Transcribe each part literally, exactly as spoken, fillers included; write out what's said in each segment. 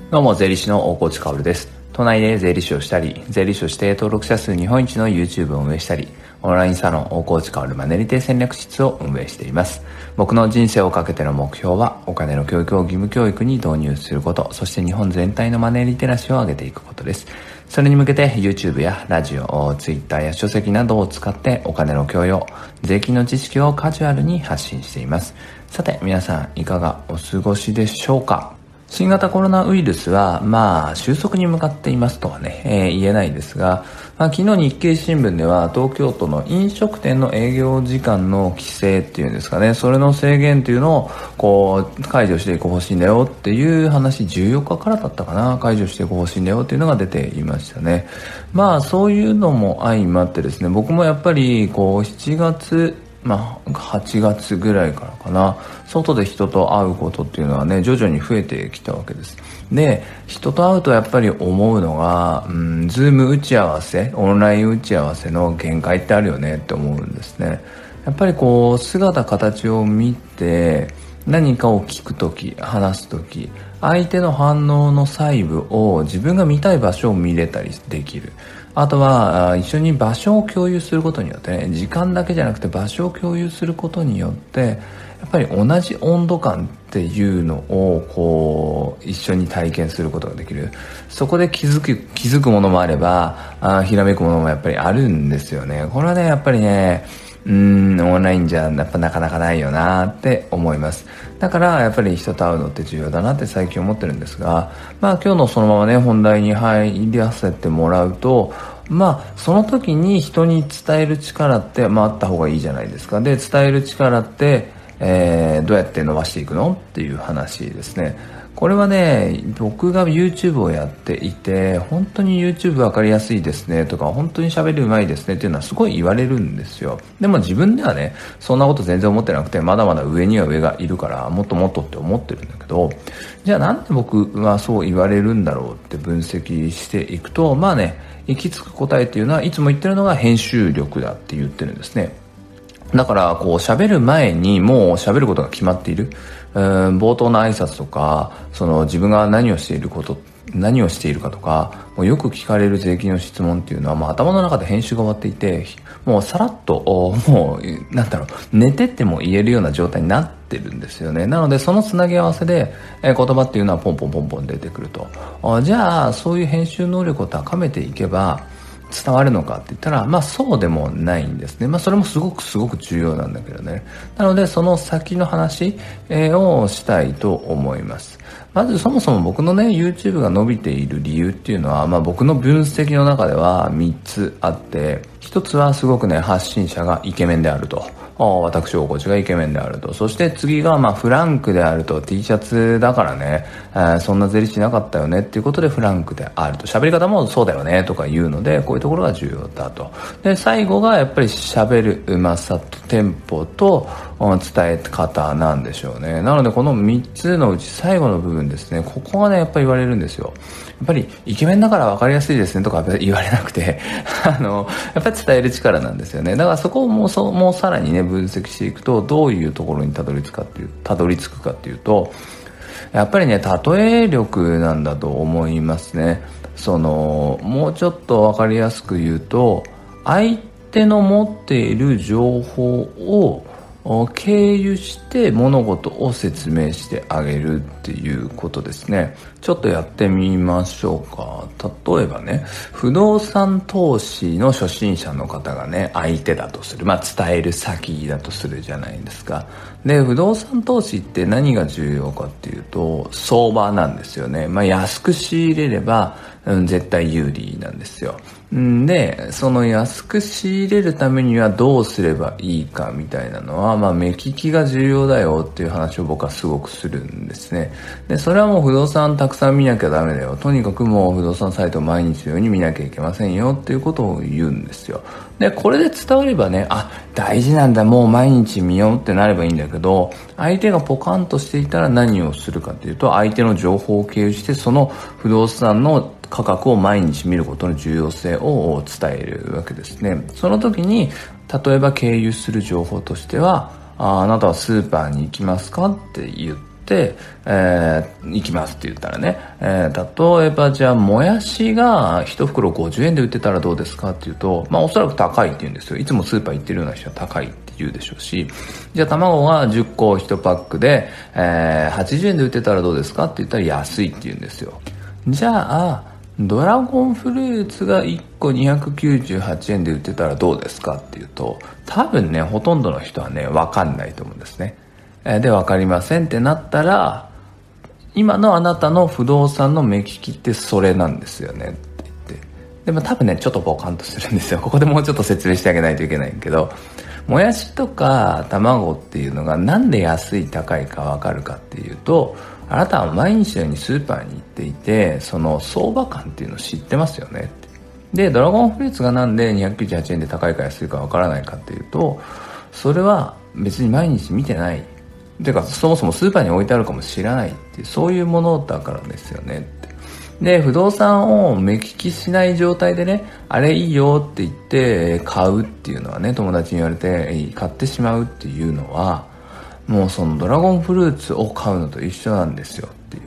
どうも、税理士の大河内薫です。都内で税理士をしたり、税理士をして登録者数日本一の YouTube を運営したり、オンラインサロン大河内薫マネリテ戦略室を運営しています。僕の人生をかけての目標は、お金の教育を義務教育に導入すること、そして日本全体のマネーリテラシーを上げていくことです。それに向けて YouTube やラジオ、Twitter や書籍などを使ってお金の教養、税金の知識をカジュアルに発信しています。さて、皆さんいかがお過ごしでしょうか？新型コロナウイルスは、まあ、収束に向かっていますとはね、えー、言えないですが、まあ、昨日日経新聞では東京都の飲食店の営業時間の規制っていうんですかね、それの制限っていうのを、こう、解除していく方針だよっていう話、じゅうよっかからだったかな、解除していく方針だよっていうのが出ていましたね。まあ、そういうのも相まってですね、僕もやっぱり、こう、しちがつ、まあ、はちがつぐらいからかな、外で人と会うことっていうのはね、徐々に増えてきたわけです。で、人と会うとやっぱり思うのが、うん、ズーム打ち合わせ、オンライン打ち合わせの限界ってあるよねって思うんですね。やっぱりこう、姿形を見て、何かを聞くとき、話すとき、相手の反応の細部を自分が見たい場所を見れたりできる。あとは一緒に場所を共有することによってね、時間だけじゃなくて場所を共有することによってやっぱり同じ温度感っていうのをこう一緒に体験することができる。そこで気づく気づくものもあれば、あひらめくものもやっぱりあるんですよね。これはねやっぱりねうーんオンラインじゃやっぱなかなかないよなって思います。だからやっぱり人と会うのって重要だなって最近思ってるんですが、まあ今日のそのままね本題に入らせてもらうと、まあその時に人に伝える力ってまああった方がいいじゃないですか。で伝える力って、えー、どうやって伸ばしていくのっていう話ですね。これはね、僕が YouTube をやっていて、本当に YouTube わかりやすいですねとか、本当に喋るうまいですねっていうのはすごい言われるんですよ。でも自分ではね、そんなこと全然思ってなくて、まだまだ上には上がいるから、もっともっとって思ってるんだけど、じゃあなんで僕はそう言われるんだろうって分析していくと、まあね、行き着く答えっていうのはいつも言ってるのが編集力だって言ってるんですね。だからこう喋る前にもう喋ることが決まっている。うーん冒頭の挨拶とか、その自分が何をしていること、何をしているかとか、もうよく聞かれる税金の質問っていうのはもう頭の中で編集が終わっていて、もうさらっともうなんだろう寝てっても言えるような状態になってるんですよね。なのでそのつなぎ合わせで、えー、言葉っていうのはポンポンポンポン出てくると。あじゃあそういう編集能力を高めていけば伝わるのかって言ったら、まあそうでもないんですね。まあそれもすごくすごく重要なんだけどね。なのでその先の話、えー、をしたいと思います。まずそもそも僕のね YouTube が伸びている理由っていうのは、まあ僕の分析の中ではみっつあって、ひとつはすごくね発信者がイケメンであると。私大河内がイケメンであると。そして次がまあフランクであると。 T シャツだからね、えー、そんな税理士なかったよねっていうことでフランクであると。喋り方もそうだよねとか言うので、こういうところが重要だと。で最後がやっぱり喋るうまさとテンポと伝え方なんでしょうね。なのでこのみっつのうち最後の部分ですね、ここがねやっぱり言われるんですよ。やっぱりイケメンだから分かりやすいですねとか言われなくてあのやっぱり伝える力なんですよね。だからそこをもうそもうさらにね分析していくと、どういうところにたどり着くかっていうたどり着くかっていうと、やっぱりね例え力なんだと思いますね。そのもうちょっと分かりやすく言うと、相手の持っている情報を経由して物事を説明してあげるっていうことですね。ちょっとやってみましょうか。例えばね、不動産投資の初心者の方がね相手だとする、まあ伝える先だとするじゃないですか。で不動産投資って何が重要かっていうと、相場なんですよね。まあ安く仕入れれば、うん、絶対有利なんですよ。んでその安く仕入れるためにはどうすればいいかみたいなのは、まあ目利きが重要だよっていう話を僕はすごくするんですね。でそれはもう不動産たくさん見なきゃダメだよ、とにかくもう不動産サイトを毎日のように見なきゃいけませんよっていうことを言うんですよ。でこれで伝わればね、あ大事なんだ、もう毎日見ようってなればいいんだけど、相手がポカンとしていたら何をするかっていうと、相手の情報を経由してその不動産の価格を毎日見ることの重要性を伝えるわけですね。その時に例えば経由する情報としては、あ、あなたはスーパーに行きますかって言っ 、えー、行きますって言ったらね、えー、例えばじゃあもやしがいち袋ごじゅうえんで売ってたらどうですかっていうと、まあおそらく高いって言うんですよ。いつもスーパー行ってるような人は高いって言うでしょうし、じゃあ卵がじゅっこいちパックで、えー、はちじゅうえんで売ってたらどうですかって言ったら安いって言うんですよ。じゃあドラゴンフルーツがいっこにひゃくきゅうじゅうはちえんで売ってたらどうですかっていうと、多分ねほとんどの人はね分かんないと思うんですね。で分かりませんってなったら、今のあなたの不動産の目利きってそれなんですよねって言って、でも多分ねちょっとポカンとするんですよ。ここでもうちょっと説明してあげないといけないけど、もやしとか卵っていうのがなんで安い高いか分かるかっていうと、あなたは毎日のようにスーパーに行っていて、その相場感っていうのを知ってますよねって。でドラゴンフルーツがなんでにひゃくきゅうじゅうはちえんで高いか安いか分からないかっていうと、それは別に毎日見てないてか、そもそもスーパーに置いてあるかもしれないっていう、そういうものだからですよねって。で不動産を目利きしない状態でね、あれいいよって言って買うっていうのはね、友達に言われて買ってしまうっていうのは、もうそのドラゴンフルーツを買うのと一緒なんですよっていう。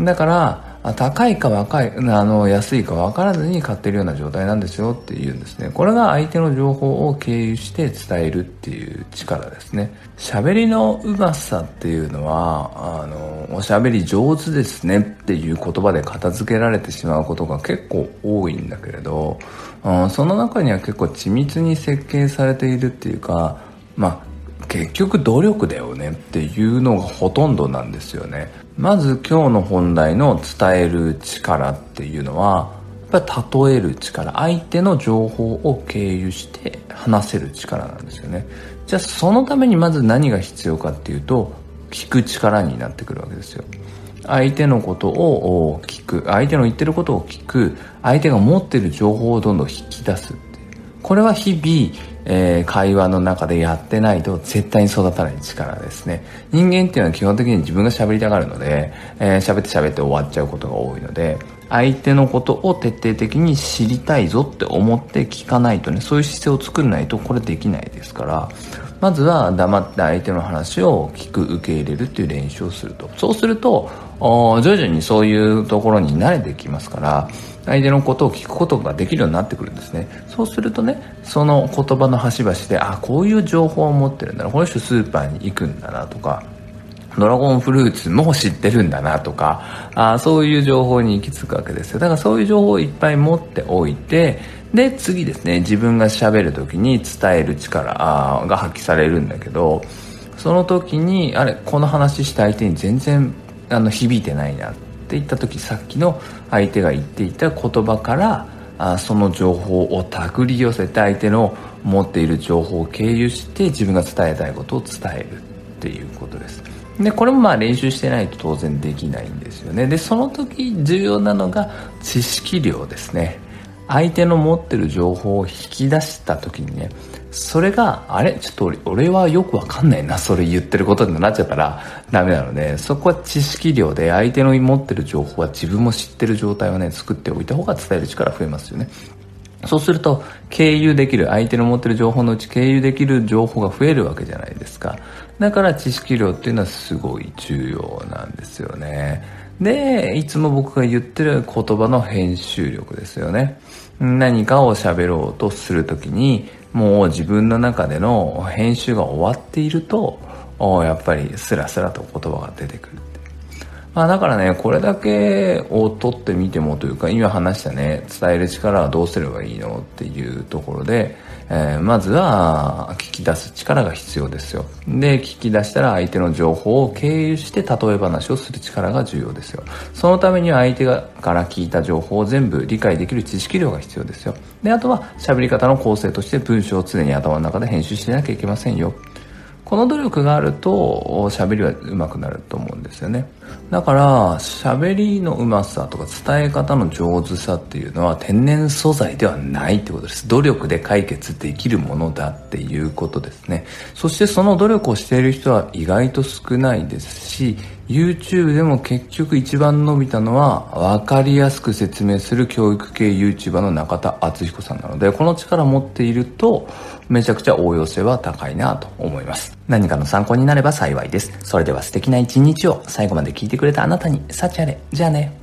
だから高いか若いあの安いか分からずに買ってるような状態なんですよっていうんですね。これが相手の情報を経由して伝えるっていう力ですね。喋りのうまさっていうのは、あのおしゃべり上手ですねっていう言葉で片付けられてしまうことが結構多いんだけれど、うん、その中には結構緻密に設計されているっていうか、まあ結局努力だよねっていうのがほとんどなんですよね。まず今日の本題の伝える力っていうのは、やっぱり例える力、相手の情報を経由して話せる力なんですよね。じゃあそのためにまず何が必要かっていうと、聞く力になってくるわけですよ。相手のことを聞く、相手の言ってることを聞く、相手が持ってる情報をどんどん引き出すっていう、これは日々えー、会話の中でやってないと絶対に育たない力ですね。人間っていうのは基本的に自分が喋りたがるので、えー、喋って喋って終わっちゃうことが多いので、相手のことを徹底的に知りたいぞって思って聞かないとね、そういう姿勢を作らないとこれできないですから、まずは黙って相手の話を聞く、受け入れるっていう練習をすると。そうすると徐々にそういうところに慣れてきますから、相手のことを聞くことができるようになってくるんですね。そうするとね、その言葉の端々で、あ、こういう情報を持ってるんだな、この人スーパーに行くんだなとか、ドラゴンフルーツも知ってるんだなとか、あ、そういう情報に行き着くわけですよ。だからそういう情報をいっぱい持っておいて、で次ですね、自分が喋る時に伝える力が発揮されるんだけど、その時にあれこの話した相手に全然あの響いてないなって言った時、さっきの相手が言っていた言葉からあその情報を手繰り寄せて、相手の持っている情報を経由して自分が伝えたいことを伝えるっていうことです。でこれもまあ練習してないと当然できないんですよね。でその時重要なのが知識量ですね。相手の持ってる情報を引き出した時にね、それがあれちょっと 俺, 俺はよくわかんないな、それ言ってることになっちゃったらダメなので、そこは知識量で相手の持ってる情報は自分も知ってる状態をね作っておいた方が伝える力増えますよね。そうすると経由できる、相手の持ってる情報のうち経由できる情報が増えるわけじゃないですか。だから知識量っていうのはすごい重要なんですよね。でいつも僕が言ってる言葉の編集力ですよね。何かを喋ろうとするときにもう自分の中での編集が終わっていると、やっぱりスラスラと言葉が出てくる。まあだからね、これだけを取ってみてもというか、今話したね、伝える力はどうすればいいのっていうところで、えー、まずは聞き出す力が必要ですよ。で、聞き出したら相手の情報を経由して例え話をする力が重要ですよ。そのためには相手がから聞いた情報を全部理解できる知識量が必要ですよ。で、あとは喋り方の構成として文章を常に頭の中で編集しなきゃいけませんよ。この努力があると喋りは上手くなると思うんですよね。だから喋りの上手さとか伝え方の上手さっていうのは天然素材ではないってことです。努力で解決できるものだっていうことですね。そしてその努力をしている人は意外と少ないですし、 YouTube でも結局一番伸びたのは分かりやすく説明する教育系 YouTuber の中田敦彦さんなので、この力を持っているとめちゃくちゃ応用性は高いなと思います。何かの参考になれば幸いです。それでは素敵な一日を。最後まで聞いてくれたあなたに幸あれ。じゃあね。